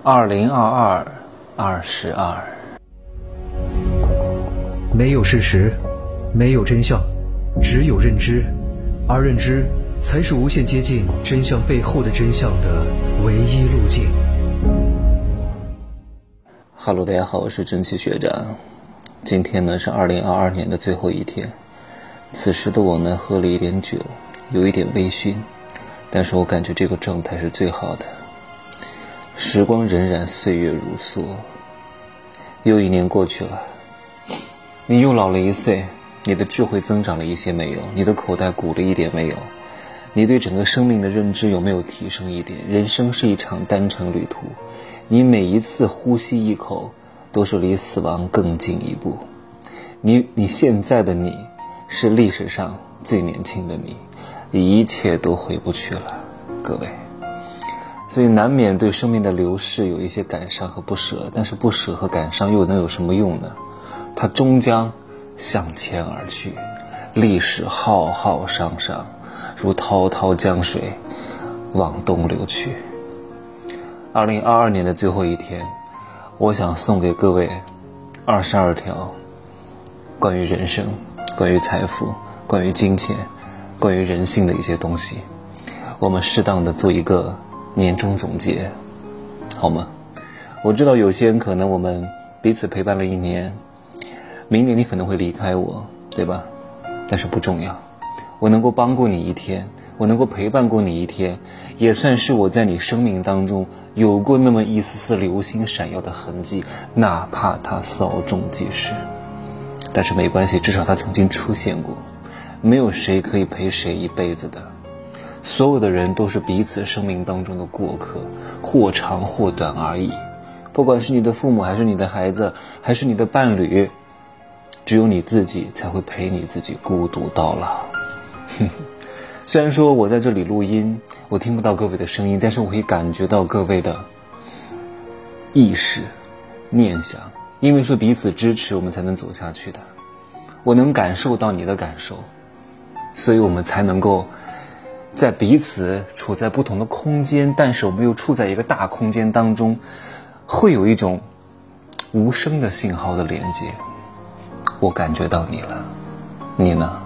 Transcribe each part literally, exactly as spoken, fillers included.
二零二二二十二。 没有事实，没有真相，只有认知，而认知才是无限接近真相背后的真相的唯一路径。 哈喽，大家好，我是蒸汽学长。今天呢是二零二二年的最后一天，此时的我呢喝了一点酒，有一点微醺，但是我感觉这个状态是最好的。时光荏苒，岁月如梭，又一年过去了，你又老了一岁，你的智慧增长了一些没有？你的口袋鼓了一点没有？你对整个生命的认知有没有提升一点？人生是一场单程旅途，你每一次呼吸一口都是离死亡更近一步。你你现在的你是历史上最年轻的你，一切都回不去了，各位。所以难免对生命的流逝有一些感伤和不舍，但是不舍和感伤又能有什么用呢？它终将向前而去，历史浩浩汤汤，如滔滔江水往东流去。二零二二年的最后一天，我想送给各位二十二条关于人生、关于财富、关于金钱、关于人性的一些东西，我们适当的做一个年终总结，好吗？我知道有些人可能我们彼此陪伴了一年，明年你可能会离开我，对吧？但是不重要，我能够帮过你一天，我能够陪伴过你一天，也算是我在你生命当中有过那么一丝丝流星闪耀的痕迹，哪怕它稍纵即逝，但是没关系，至少它曾经出现过。没有谁可以陪谁一辈子的，所有的人都是彼此生命当中的过客，或长或短而已。不管是你的父母，还是你的孩子，还是你的伴侣，只有你自己才会陪你自己孤独到老。虽然说我在这里录音，我听不到各位的声音，但是我可以感觉到各位的意识念想，因为是彼此支持，我们才能走下去的。我能感受到你的感受，所以我们才能够在彼此处在不同的空间，但是我们又处在一个大空间当中，会有一种无声的信号的连接。我感觉到你了，你呢？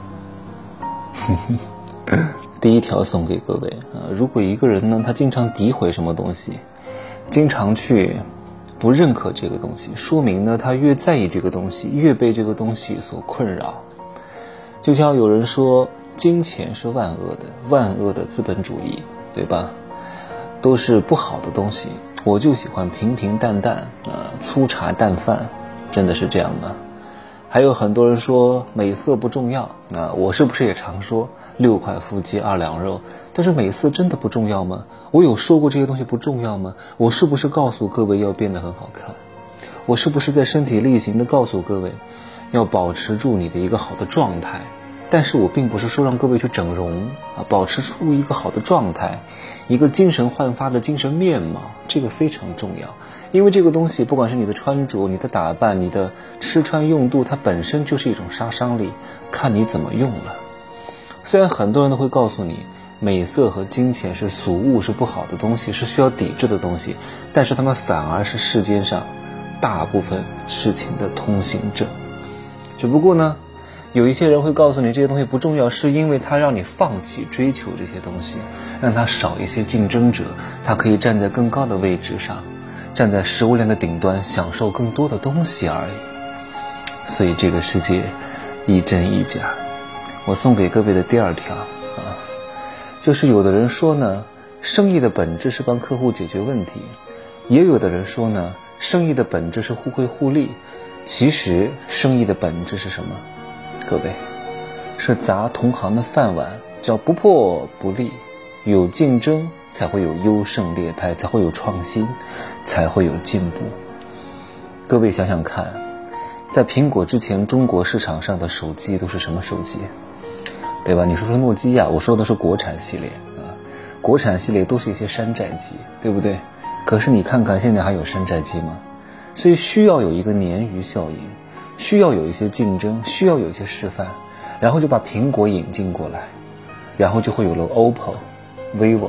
第一条送给各位啊，如果一个人呢，他经常诋毁什么东西，经常去不认可这个东西，说明呢，他越在意这个东西，越被这个东西所困扰。就像有人说，金钱是万恶的，万恶的资本主义，对吧？都是不好的东西。我就喜欢平平淡淡啊，粗茶淡饭，真的是这样吗？还有很多人说美色不重要，啊，我是不是也常说六块腹肌二两肉？但是美色真的不重要吗？我有说过这些东西不重要吗？我是不是告诉各位要变得很好看？我是不是在身体力行的告诉各位要保持住你的一个好的状态？但是我并不是说让各位去整容啊，保持出一个好的状态，一个精神焕发的精神面貌，这个非常重要。因为这个东西不管是你的穿着、你的打扮、你的吃穿用度，它本身就是一种杀伤力，看你怎么用了。虽然很多人都会告诉你美色和金钱是俗物，是不好的东西，是需要抵制的东西，但是他们反而是世间上大部分事情的通行证。只不过呢，有一些人会告诉你这些东西不重要，是因为他让你放弃追求这些东西，让他少一些竞争者，他可以站在更高的位置上，站在食物链的顶端，享受更多的东西而已。所以这个世界一真一假。我送给各位的第二条啊，就是有的人说呢，生意的本质是帮客户解决问题，也有的人说呢，生意的本质是互惠互利。其实生意的本质是什么？各位，是砸同行的饭碗，叫不破不立，有竞争才会有优胜劣汰，才会有创新，才会有进步。各位想想看，在苹果之前，中国市场上的手机都是什么手机？对吧？你说说诺基亚，我说的是国产系列啊，国产系列都是一些山寨机，对不对？可是你看看现在还有山寨机吗？所以需要有一个鲶鱼效应，需要有一些竞争，需要有一些示范，然后就把苹果引进过来，然后就会有了 O P P O、vivo，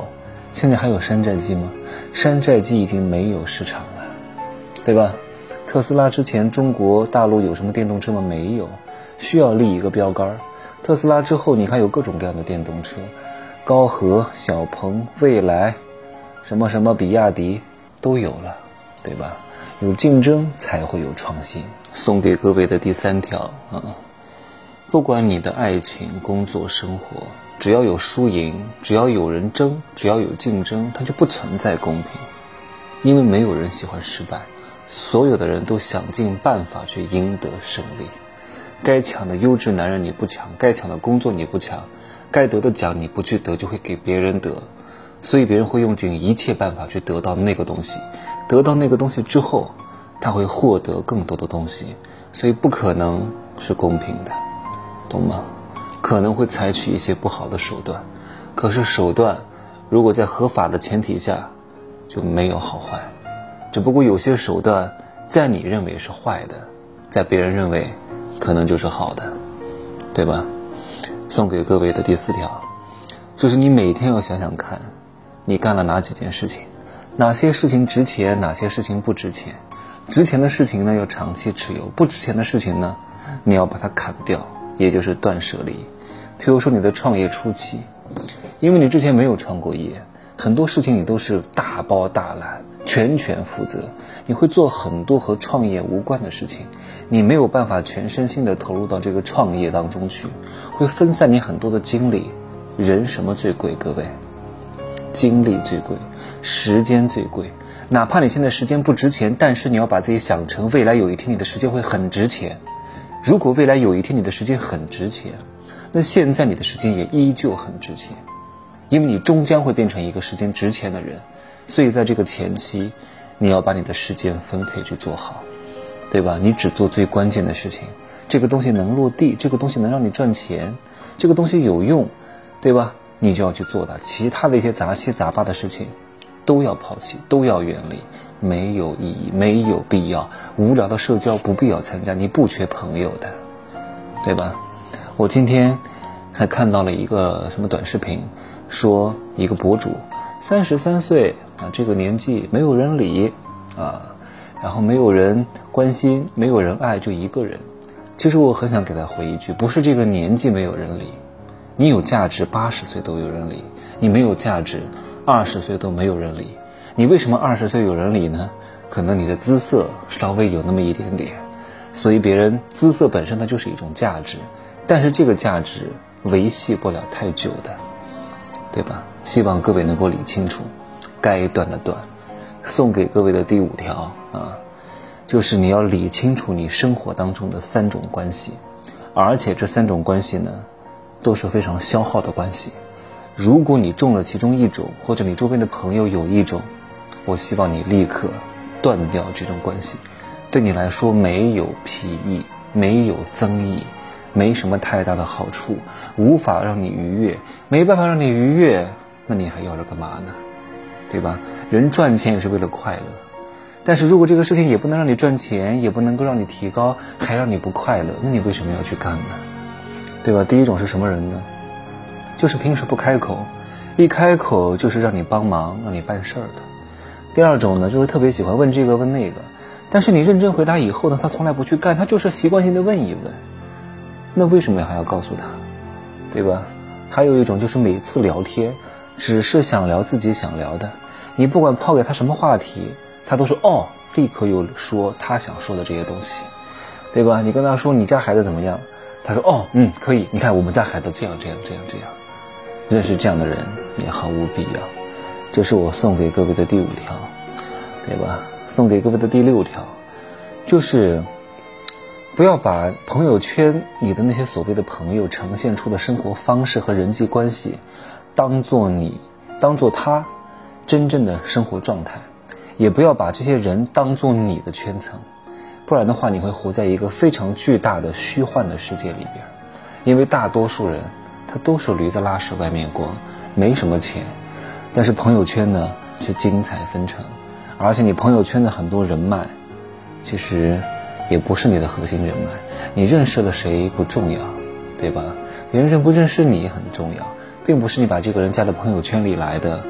现在还有山寨机吗？山寨机已经没有市场了，对吧？特斯拉之前中国大陆有什么电动车吗？没有，需要立一个标杆。特斯拉之后你看有各种各样的电动车，高和、小鹏、蔚来，什么什么比亚迪都有了，对吧？有竞争才会有创新。送给各位的第三条啊，不管你的爱情、工作、生活，只要有输赢，只要有人争，只要有竞争，它就不存在公平。因为没有人喜欢失败，所有的人都想尽办法去赢得胜利。该抢的优质男人你不抢，该抢的工作你不抢，该得的奖你不去得，就会给别人得。所以别人会用尽一切办法去得到那个东西，得到那个东西之后，他会获得更多的东西，所以不可能是公平的，懂吗？可能会采取一些不好的手段，可是手段如果在合法的前提下，就没有好坏。只不过有些手段在你认为是坏的，在别人认为可能就是好的，对吧？送给各位的第四条，就是你每天要想想看，你干了哪几件事情，哪些事情值钱，哪些事情不值钱。值钱的事情呢要长期持有，不值钱的事情呢你要把它砍掉，也就是断舍离。譬如说你的创业初期，因为你之前没有创过业，很多事情你都是大包大揽，全权负责，你会做很多和创业无关的事情，你没有办法全身心的投入到这个创业当中去，会分散你很多的精力。人什么最贵？各位，精力最贵，时间最贵。哪怕你现在时间不值钱，但是你要把自己想成未来有一天你的时间会很值钱。如果未来有一天你的时间很值钱，那现在你的时间也依旧很值钱，因为你终将会变成一个时间值钱的人。所以在这个前期，你要把你的时间分配去做好，对吧？你只做最关键的事情，这个东西能落地，这个东西能让你赚钱，这个东西有用，对吧？你就要去做它，其他的一些杂七杂八的事情都要抛弃，都要远离，没有意义，没有必要。无聊的社交不必要参加，你不缺朋友的，对吧？我今天还看到了一个什么短视频，说一个博主三十三岁啊，这个年纪没有人理啊，然后没有人关心，没有人爱，就一个人。其实我很想给他回一句，不是这个年纪没有人理，你有价值八十岁都有人理，你没有价值二十岁都没有人理。你为什么二十岁有人理呢？可能你的姿色稍微有那么一点点，所以别人姿色本身它就是一种价值，但是这个价值维系不了太久的，对吧？希望各位能够理清楚，该断的断。送给各位的第五条啊，就是你要理清楚你生活当中的三种关系，而且这三种关系呢都是非常消耗的关系。如果你中了其中一种，或者你周边的朋友有一种，我希望你立刻断掉这种关系，对你来说没有裨益，没有增益，没什么太大的好处，无法让你愉悦，没办法让你愉悦，那你还要着干嘛呢？对吧？人赚钱也是为了快乐，但是如果这个事情也不能让你赚钱，也不能够让你提高，还让你不快乐，那你为什么要去干呢？对吧？第一种是什么人呢？就是平时不开口，一开口就是让你帮忙，让你办事儿的。第二种呢，就是特别喜欢问这个问那个，但是你认真回答以后呢，他从来不去干，他就是习惯性的问一问。那为什么还要告诉他？对吧？还有一种就是每次聊天只是想聊自己想聊的，你不管抛给他什么话题，他都说哦，立刻又说他想说的这些东西，对吧？你跟他说你家孩子怎么样，他说哦，嗯，可以，你看我们家孩子这样这样这样这样。认识这样的人也毫无必要。这是我送给各位的第五条，对吧？送给各位的第六条，就是不要把朋友圈你的那些所谓的朋友呈现出的生活方式和人际关系当做你当做他真正的生活状态，也不要把这些人当做你的圈层，不然的话你会活在一个非常巨大的虚幻的世界里边。因为大多数人他都是驴子拉屎外面光，没什么钱，但是朋友圈呢却精彩纷呈，而且你朋友圈的很多人脉其实也不是你的核心人脉，你认识了谁不重要，对吧？别人认不认识你很重要，并不是你把这个人加到朋友圈里来的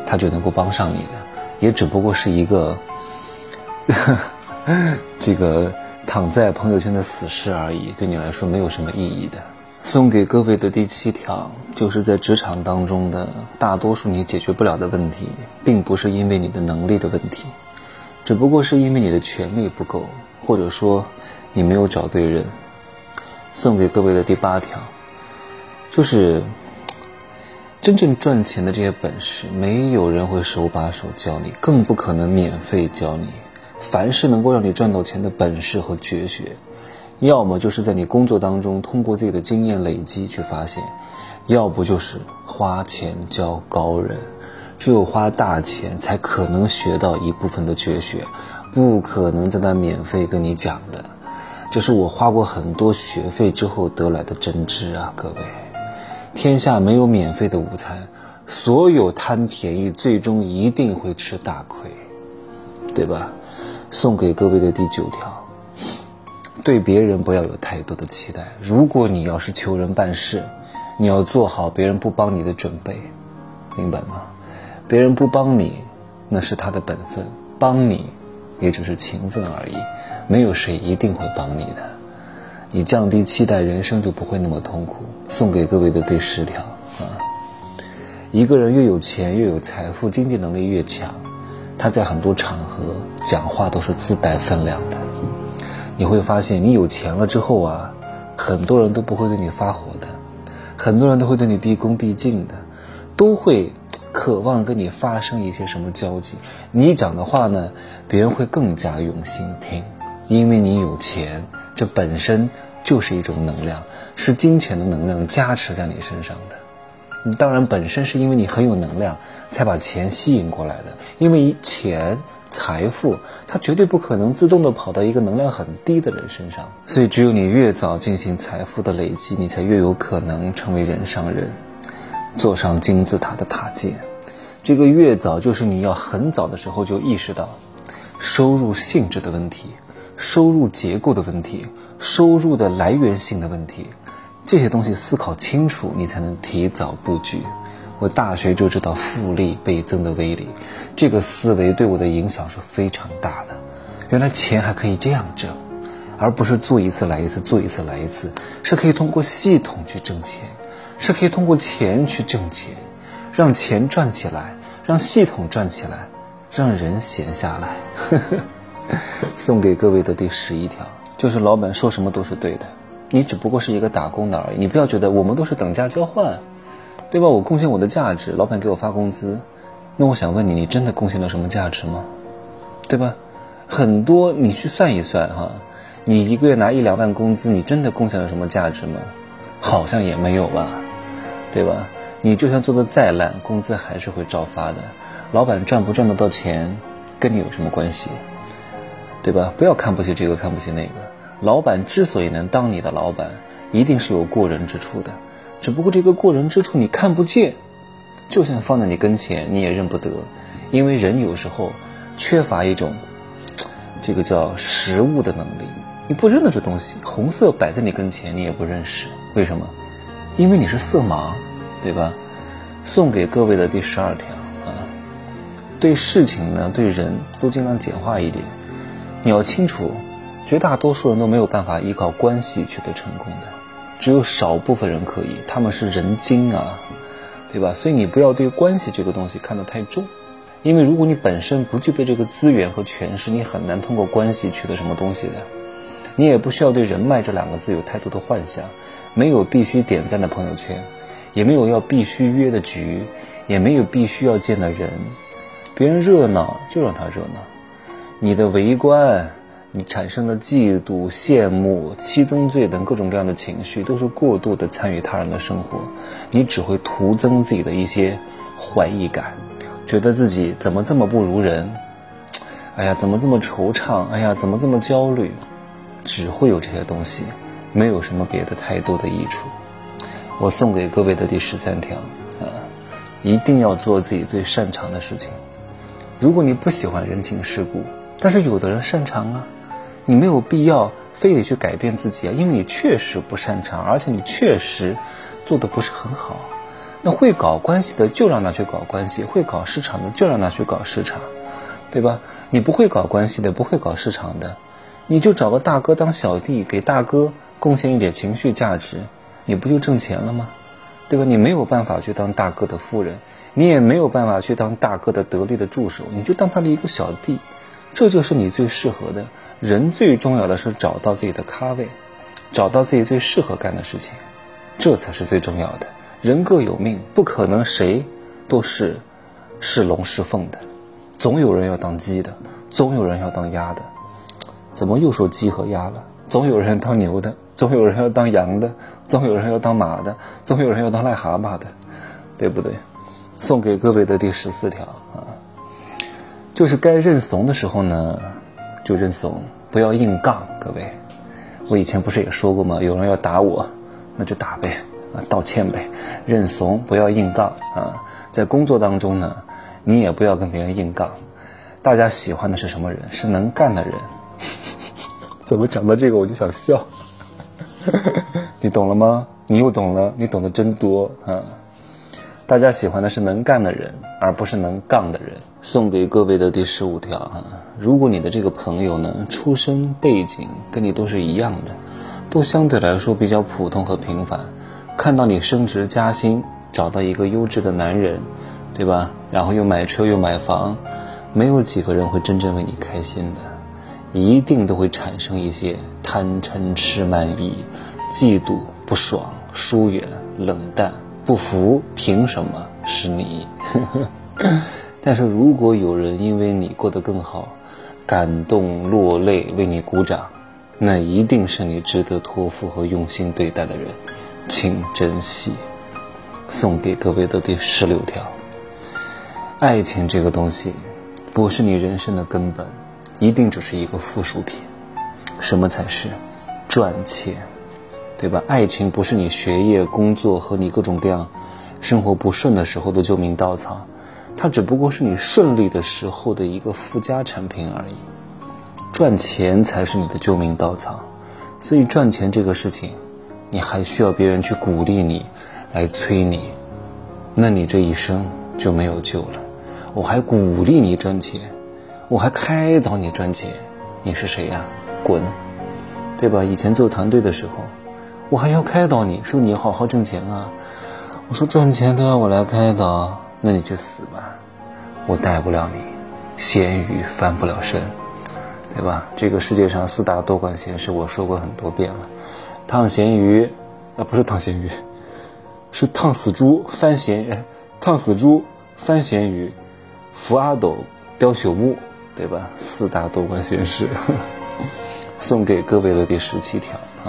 他就能够帮上你的，也只不过是一个这个躺在朋友圈的死尸而已，对你来说没有什么意义的。送给各位的第七条，就是在职场当中的大多数你解决不了的问题，并不是因为你的能力的问题，只不过是因为你的权力不够，或者说你没有找对人。送给各位的第八条，就是真正赚钱的这些本事，没有人会手把手教你，更不可能免费教你。凡是能够让你赚到钱的本事和绝学，要么就是在你工作当中通过自己的经验累积去发现，要不就是花钱教高人。只有花大钱才可能学到一部分的绝学，不可能在那免费跟你讲的。这是我花过很多学费之后得来的真知啊，各位。天下没有免费的午餐，所有贪便宜最终一定会吃大亏，对吧？送给各位的第九条，对别人不要有太多的期待。如果你要是求人办事，你要做好别人不帮你的准备，明白吗？别人不帮你，那是他的本分，帮你也只是情分而已，没有谁一定会帮你的。你降低期待，人生就不会那么痛苦。送给各位的第十条啊，一个人越有钱越有财富，经济能力越强，他在很多场合讲话都是自带分量的。你会发现你有钱了之后啊，很多人都不会对你发火的，很多人都会对你毕恭毕敬的，都会渴望跟你发生一些什么交集。你讲的话呢，别人会更加用心听，因为你有钱，这本身就是一种能量，是金钱的能量加持在你身上的。你当然本身是因为你很有能量才把钱吸引过来的，因为钱财富它绝对不可能自动的跑到一个能量很低的人身上，所以只有你越早进行财富的累积，你才越有可能成为人上人，坐上金字塔的塔阶。这个越早就是你要很早的时候就意识到收入性质的问题，收入结构的问题，收入的来源性的问题，这些东西思考清楚，你才能提早布局。我大学就知道复利倍增的威力，这个思维对我的影响是非常大的。原来钱还可以这样挣，而不是做一次来一次，做一次来一次，是可以通过系统去挣钱，是可以通过钱去挣钱，让钱赚起来，让系统赚起来，让人闲下来。送给各位的第十一条，就是老板说什么都是对的，你只不过是一个打工的而已。你不要觉得我们都是等价交换，对吧？我贡献我的价值，老板给我发工资，那我想问你，你真的贡献了什么价值吗？对吧？很多你去算一算哈，你一个月拿一两万工资，你真的贡献了什么价值吗？好像也没有吧，对吧？你就算做得再烂，工资还是会照发的。老板赚不赚得到钱，跟你有什么关系？对吧？不要看不起这个看不起那个。老板之所以能当你的老板，一定是有过人之处的，只不过这个过人之处你看不见，就算放在你跟前你也认不得。因为人有时候缺乏一种这个叫识物的能力，你不认得这东西，红色摆在你跟前你也不认识，为什么？因为你是色盲，对吧？送给各位的第十二条啊，对事情呢对人都尽量简化一点。你要清楚，绝大多数人都没有办法依靠关系取得成功的，只有少部分人可以，他们是人精啊，对吧？所以你不要对关系这个东西看得太重，因为如果你本身不具备这个资源和权势，你很难通过关系取得什么东西的。你也不需要对人脉这两个字有太多的幻想，没有必须点赞的朋友圈，也没有要必须约的局，也没有必须要见的人，别人热闹就让他热闹。你的围观，你产生了嫉妒、羡慕、七宗罪等各种各样的情绪，都是过度的参与他人的生活，你只会徒增自己的一些怀疑感，觉得自己怎么这么不如人，哎呀怎么这么惆怅，哎呀怎么这么焦虑，只会有这些东西，没有什么别的太多的益处。我送给各位的第十三条啊，一定要做自己最擅长的事情。如果你不喜欢人情世故，但是有的人擅长啊，你没有必要非得去改变自己啊，因为你确实不擅长，而且你确实做得不是很好。 那会搞关系的就让他去搞关系，会搞市场的就让他去搞市场，对吧？你不会搞关系的，不会搞市场的，你就找个大哥当小弟，给大哥贡献一点情绪价值，你不就挣钱了吗？对吧？你没有办法去当大哥的夫人，你也没有办法去当大哥的得力的助手，你就当他的一个小弟，这就是你最适合的。人最重要的是找到自己的咖位，找到自己最适合干的事情，这才是最重要的。人各有命，不可能谁都是是龙是凤的，总有人要当鸡的，总有人要当鸭的。怎么又说鸡和鸭了？总有人要当牛的，总有人要当羊的，总有人要当马的，总有人要当癞蛤蟆的，对不对？送给各位的第十四条啊，就是该认怂的时候呢，就认怂，不要硬杠。各位，我以前不是也说过吗？有人要打我，那就打呗，啊，道歉呗，认怂，不要硬杠啊。在工作当中呢，你也不要跟别人硬杠。大家喜欢的是什么人？是能干的人。怎么讲到这个我就想笑。你懂了吗？你又懂了，你懂得真多啊！大家喜欢的是能干的人，而不是能杠的人。送给各位的第十五条哈，如果你的这个朋友呢，出身背景跟你都是一样的，都相对来说比较普通和平凡，看到你升职加薪，找到一个优质的男人，对吧？然后又买车又买房，没有几个人会真正为你开心的。一定都会产生一些贪嗔痴慢疑、嫉妒、不爽、疏远、冷淡、不服，凭什么是你？但是如果有人因为你过得更好，感动落泪为你鼓掌，那一定是你值得托付和用心对待的人，请珍惜。送给各位的第十六条，爱情这个东西不是你人生的根本，一定只是一个附属品。什么才是？赚钱，对吧？爱情不是你学业、工作和你各种各样生活不顺的时候的救命稻草，它只不过是你顺利的时候的一个附加产品而已。赚钱才是你的救命稻草，所以赚钱这个事情，你还需要别人去鼓励你，来催你，那你这一生就没有救了。我还鼓励你赚钱，我还开导你赚钱，你是谁呀？滚，对吧？以前做团队的时候，我还要开导你，说你要好好挣钱啊。我说赚钱都要我来开导，那你去死吧，我带不了你，咸鱼翻不了身，对吧？这个世界上四大多管闲事我说过很多遍了，烫咸鱼啊，不是烫咸鱼，是烫死猪翻咸，烫死猪翻咸鱼，扶阿斗雕朽木，对吧？四大多管闲事。送给各位的第十七条啊，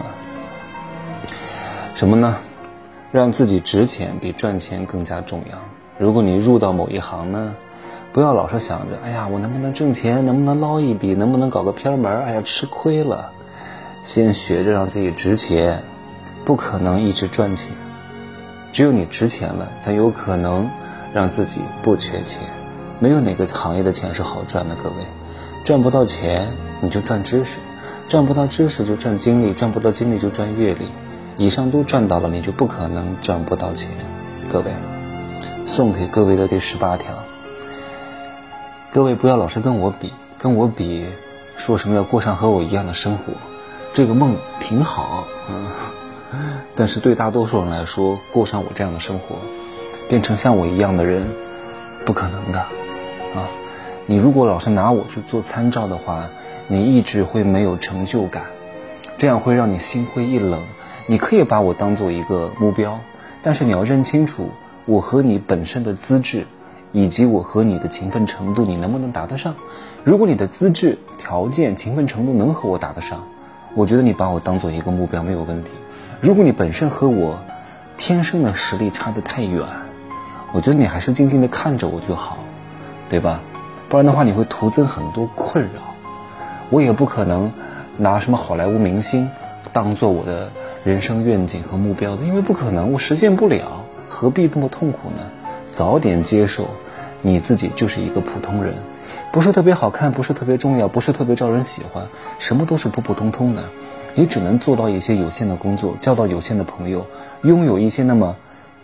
什么呢？让自己值钱比赚钱更加重要。如果你入到某一行呢，不要老是想着，哎呀，我能不能挣钱，能不能捞一笔，能不能搞个偏门，哎呀，吃亏了。先学着让自己值钱，不可能一直赚钱，只有你值钱了，才有可能让自己不缺钱。没有哪个行业的钱是好赚的，各位。赚不到钱，你就赚知识。赚不到知识就赚经历，赚不到经历就赚阅历，以上都赚到了，你就不可能赚不到钱。各位，送给各位的第十八条，各位不要老是跟我比，跟我比，说什么要过上和我一样的生活，这个梦挺好，嗯，但是对大多数人来说，过上我这样的生活，变成像我一样的人，不可能的，啊，你如果老是拿我去做参照的话，你一直会没有成就感，这样会让你心灰意冷。你可以把我当做一个目标，但是你要认清楚我和你本身的资质，以及我和你的勤奋程度，你能不能达得上。如果你的资质、条件、勤奋程度能和我达得上，我觉得你把我当做一个目标没有问题。如果你本身和我天生的实力差得太远，我觉得你还是静静地看着我就好，对吧？不然的话你会徒增很多困扰。我也不可能拿什么好莱坞明星当做我的人生愿景和目标的，因为不可能，我实现不了，何必这么痛苦呢？早点接受你自己就是一个普通人，不是特别好看，不是特别重要，不是特别招人喜欢，什么都是普普通通的。你只能做到一些有限的工作，交到有限的朋友，拥有一些那么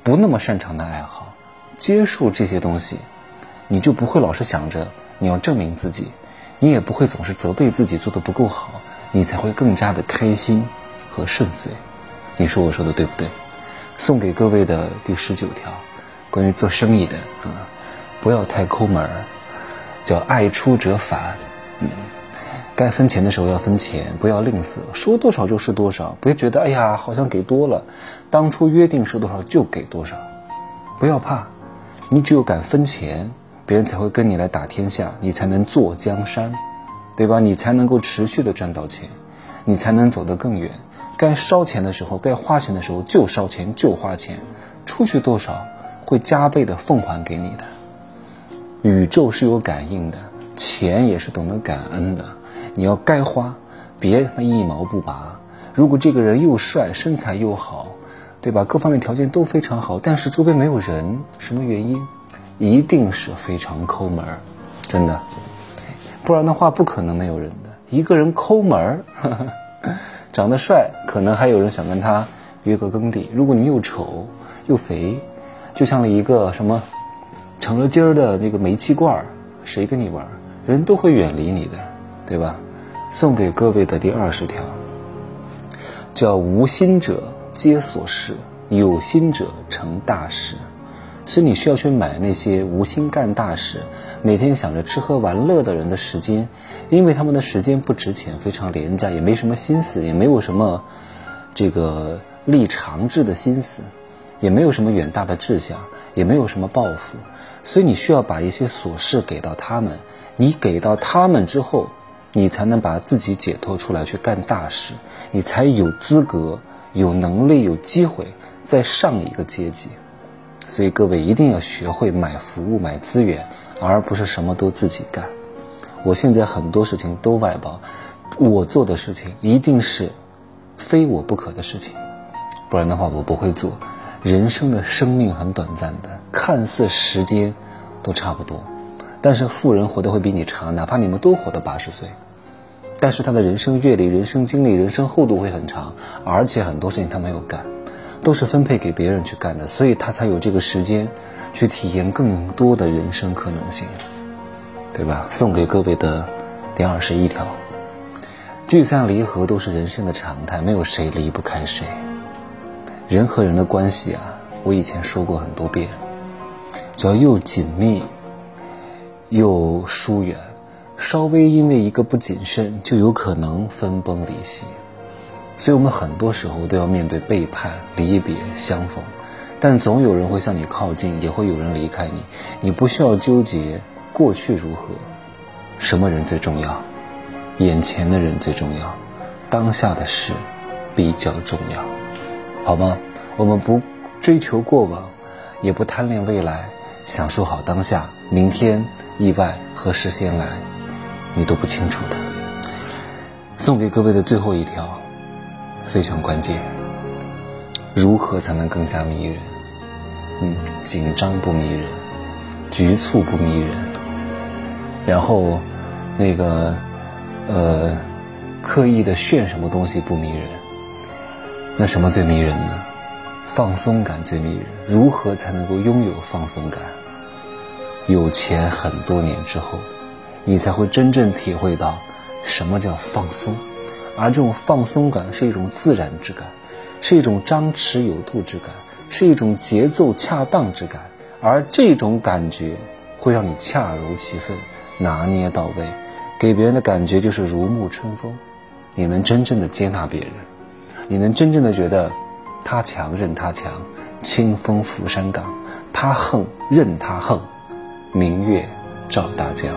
不那么擅长的爱好，接受这些东西，你就不会老是想着你要证明自己，你也不会总是责备自己做得不够好，你才会更加的开心和顺遂。你说我说的对不对？送给各位的第十九条，关于做生意的啊，不要太抠门儿，叫爱出者返。嗯，该分钱的时候要分钱，不要吝啬，说多少就是多少，不要觉得哎呀好像给多了，当初约定是多少就给多少。不要怕，你只有敢分钱，别人才会跟你来打天下，你才能坐江山，对吧？你才能够持续的赚到钱，你才能走得更远。该烧钱的时候，该花钱的时候就烧钱就花钱，出去多少会加倍的奉还给你的。宇宙是有感应的，钱也是懂得感恩的，你要该花别一毛不拔。如果这个人又帅，身材又好，对吧，各方面条件都非常好，但是周边没有人，什么原因？一定是非常抠门，真的，不然的话不可能没有人的。一个人抠门呵呵长得帅，可能还有人想跟他约个耕地。如果你又丑又肥，就像了一个什么成了筋儿的那个煤气罐，谁跟你玩？人都会远离你的，对吧？送给各位的第二十条，叫无心者皆所事，有心者成大事。所以你需要去买那些无心干大事，每天想着吃喝玩乐的人的时间，因为他们的时间不值钱，非常廉价，也没什么心思，也没有什么这个立长志的心思，也没有什么远大的志向，也没有什么抱负。所以你需要把一些琐事给到他们，你给到他们之后，你才能把自己解脱出来去干大事，你才有资格有能力有机会再上一个阶级。所以各位一定要学会买服务买资源，而不是什么都自己干。我现在很多事情都外包，我做的事情一定是非我不可的事情，不然的话我不会做。人生的生命很短暂的，看似时间都差不多，但是富人活得会比你长，哪怕你们都活到八十岁，但是他的人生阅历人生经历人生厚度会很长，而且很多事情他没有干，都是分配给别人去干的，所以他才有这个时间去体验更多的人生可能性，对吧？送给各位的第二十一条，聚散离合都是人生的常态，没有谁离不开谁。人和人的关系啊，我以前说过很多遍，只要又紧密又疏远，稍微因为一个不谨慎，就有可能分崩离析。所以我们很多时候都要面对背叛、离别、相逢，但总有人会向你靠近，也会有人离开你。你不需要纠结过去如何，什么人最重要？眼前的人最重要，当下的事比较重要，好吗？我们不追求过往，也不贪恋未来，享受好当下，明天意外何时先来，你都不清楚的。送给各位的最后一条非常关键，如何才能更加迷人？嗯，紧张不迷人，局促不迷人，然后那个呃刻意的炫什么东西不迷人。那什么最迷人呢？放松感最迷人。如何才能够拥有放松感？有钱很多年之后，你才会真正体会到什么叫放松。而这种放松感是一种自然之感，是一种张弛有度之感，是一种节奏恰当之感，而这种感觉会让你恰如其分，拿捏到位，给别人的感觉就是如沐春风。你能真正的接纳别人，你能真正的觉得他强任他强，清风拂山岗，他横任他横，明月照大江。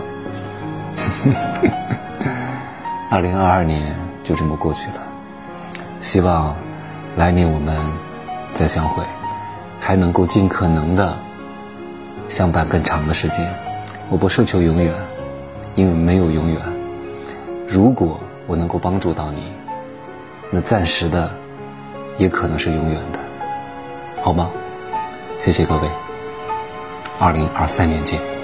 二零二二年就这么过去了，希望来年我们再相会，还能够尽可能的相伴更长的时间。我不奢求永远，因为没有永远。如果我能够帮助到你，那暂时的也可能是永远的，好吗？谢谢各位，二零二三年见。